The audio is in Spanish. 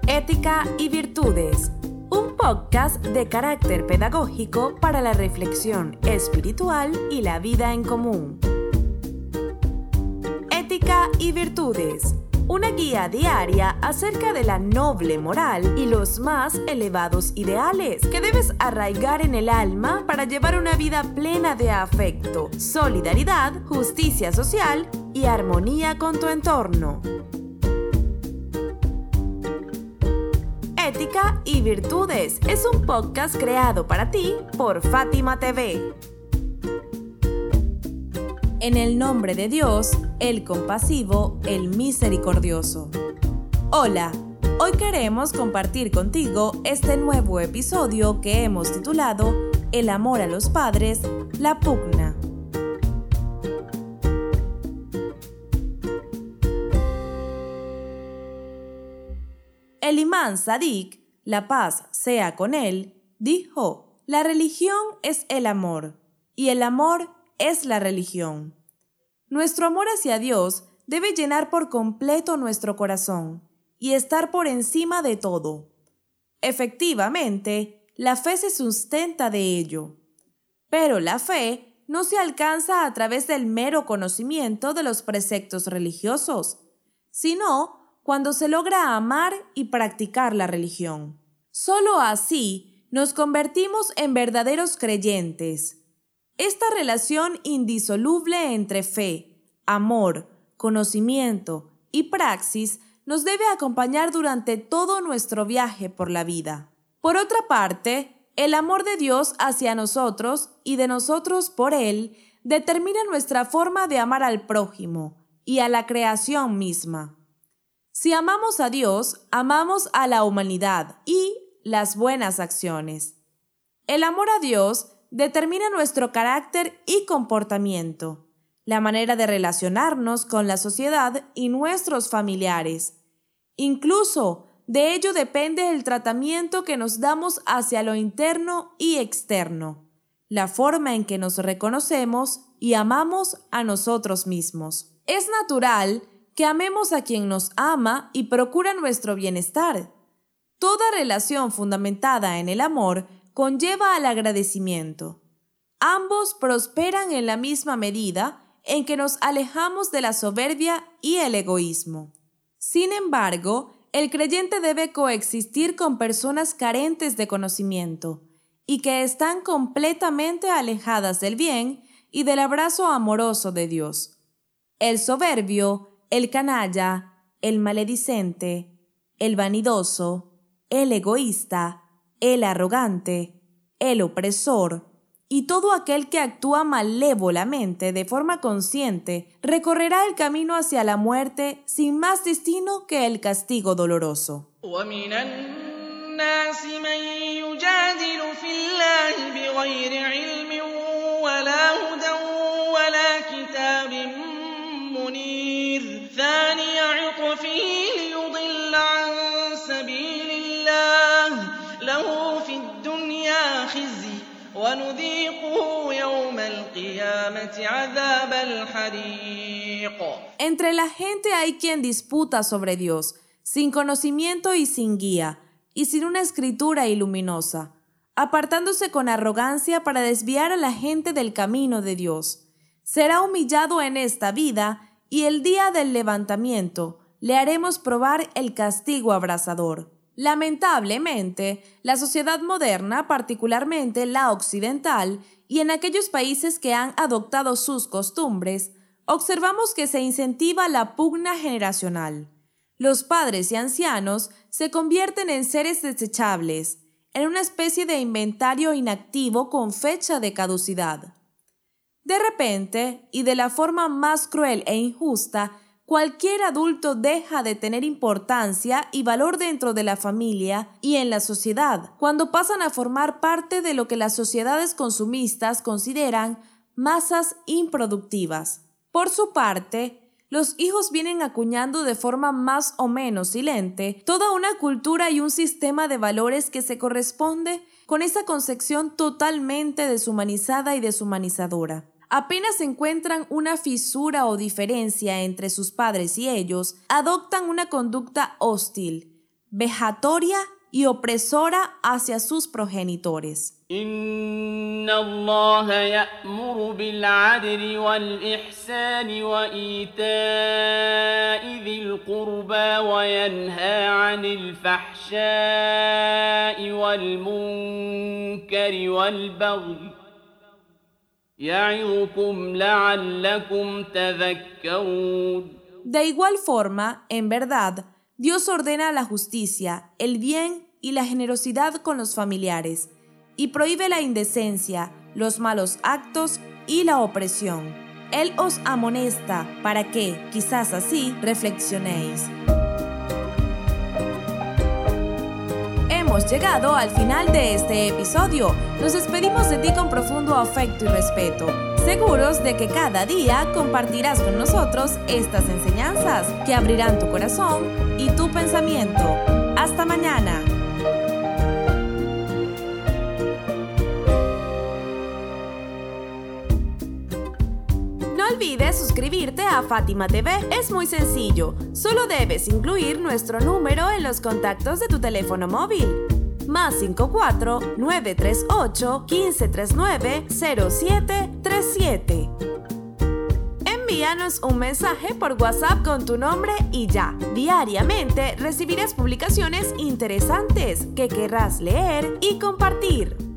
Ética y Virtudes, un podcast de carácter pedagógico para la reflexión espiritual y la vida en común. Ética y Virtudes, una guía diaria acerca de la noble moral y los más elevados ideales que debes arraigar en el alma para llevar una vida plena de afecto, solidaridad, justicia social y armonía con tu entorno. Ética y Virtudes es un podcast creado para ti por Fátima TV. En el nombre de Dios, el compasivo, el misericordioso. Hola, hoy queremos compartir contigo este nuevo episodio que hemos titulado El amor a los padres, la pugna. El imán Sadiq, la paz sea con él, dijo: la religión es el amor, y el amor es la religión. Nuestro amor hacia Dios debe llenar por completo nuestro corazón y estar por encima de todo. Efectivamente, la fe se sustenta de ello. Pero la fe no se alcanza a través del mero conocimiento de los preceptos religiosos, sino cuando se logra amar y practicar la religión. Solo así nos convertimos en verdaderos creyentes. Esta relación indisoluble entre fe, amor, conocimiento y praxis nos debe acompañar durante todo nuestro viaje por la vida. Por otra parte, el amor de Dios hacia nosotros y de nosotros por Él determina nuestra forma de amar al prójimo y a la creación misma. Si amamos a Dios, amamos a la humanidad y las buenas acciones. El amor a Dios determina nuestro carácter y comportamiento, la manera de relacionarnos con la sociedad y nuestros familiares. Incluso, de ello depende el tratamiento que nos damos hacia lo interno y externo, la forma en que nos reconocemos y amamos a nosotros mismos. Es natural que amemos a quien nos ama y procura nuestro bienestar. Toda relación fundamentada en el amor conlleva al agradecimiento. Ambos prosperan en la misma medida en que nos alejamos de la soberbia y el egoísmo. Sin embargo, el creyente debe coexistir con personas carentes de conocimiento y que están completamente alejadas del bien y del abrazo amoroso de Dios. El soberbio, el canalla, el maledicente, el vanidoso, el egoísta, el arrogante, el opresor y todo aquel que actúa malévolamente de forma consciente recorrerá el camino hacia la muerte sin más destino que el castigo doloroso. وَمِنَ النَّاسِ مَن يُجَادِلُ فِي اللَّهِ بِغَيْرِ عِلْمٍ وَلَا هُدًى وَلَا كِتَابٍ مُنِيرٍ ثَانِيَ عِطْفِهِ لِيُضِلَّ عَن سَبِيلِ اللَّهِ لَهُ فِي الدُّنْيَا خِزْيٌ وَنُذِيقُهُ يَوْمَ الْقِيَامَةِ عَذَابَ الْحَرِيقِ. Entre la gente hay quien disputa sobre Dios, sin conocimiento y sin guía, y sin una escritura iluminosa, apartándose con arrogancia para desviar a la gente del camino de Dios. Será humillado en esta vida y el día del levantamiento le haremos probar el castigo abrasador. Lamentablemente, la sociedad moderna, particularmente la occidental, y en aquellos países que han adoptado sus costumbres, observamos que se incentiva la pugna generacional. Los padres y ancianos se convierten en seres desechables, en una especie de inventario inactivo con fecha de caducidad. De repente, y de la forma más cruel e injusta, cualquier adulto deja de tener importancia y valor dentro de la familia y en la sociedad, cuando pasan a formar parte de lo que las sociedades consumistas consideran masas improductivas. Por su parte, los hijos vienen acuñando de forma más o menos silente toda una cultura y un sistema de valores que se corresponde con esa concepción totalmente deshumanizada y deshumanizadora. Apenas encuentran una fisura o diferencia entre sus padres y ellos, adoptan una conducta hostil, vejatoria y opresora hacia sus progenitores. إن الله يأمر بالعدل والإحسان وإيتاء ذي القربى وينهى عن الفحشاء والمنكر والبغي يعظكم لعلكم تذكرون. De igual forma, en verdad, Dios ordena la justicia, el bien y la generosidad con los familiares, y prohíbe la indecencia, los malos actos y la opresión. Él os amonesta para que, quizás así, reflexionéis. Hemos llegado al final de este episodio. Nos despedimos de ti con profundo afecto y respeto, seguros de que cada día compartirás con nosotros estas enseñanzas que abrirán tu corazón y tu pensamiento. ¡Hasta mañana! No olvides suscribirte a Fátima TV. Es muy sencillo. Solo debes incluir nuestro número en los contactos de tu teléfono móvil. +54 938 1539 0737. Envíanos un mensaje por WhatsApp con tu nombre y ya. Diariamente recibirás publicaciones interesantes que querrás leer y compartir.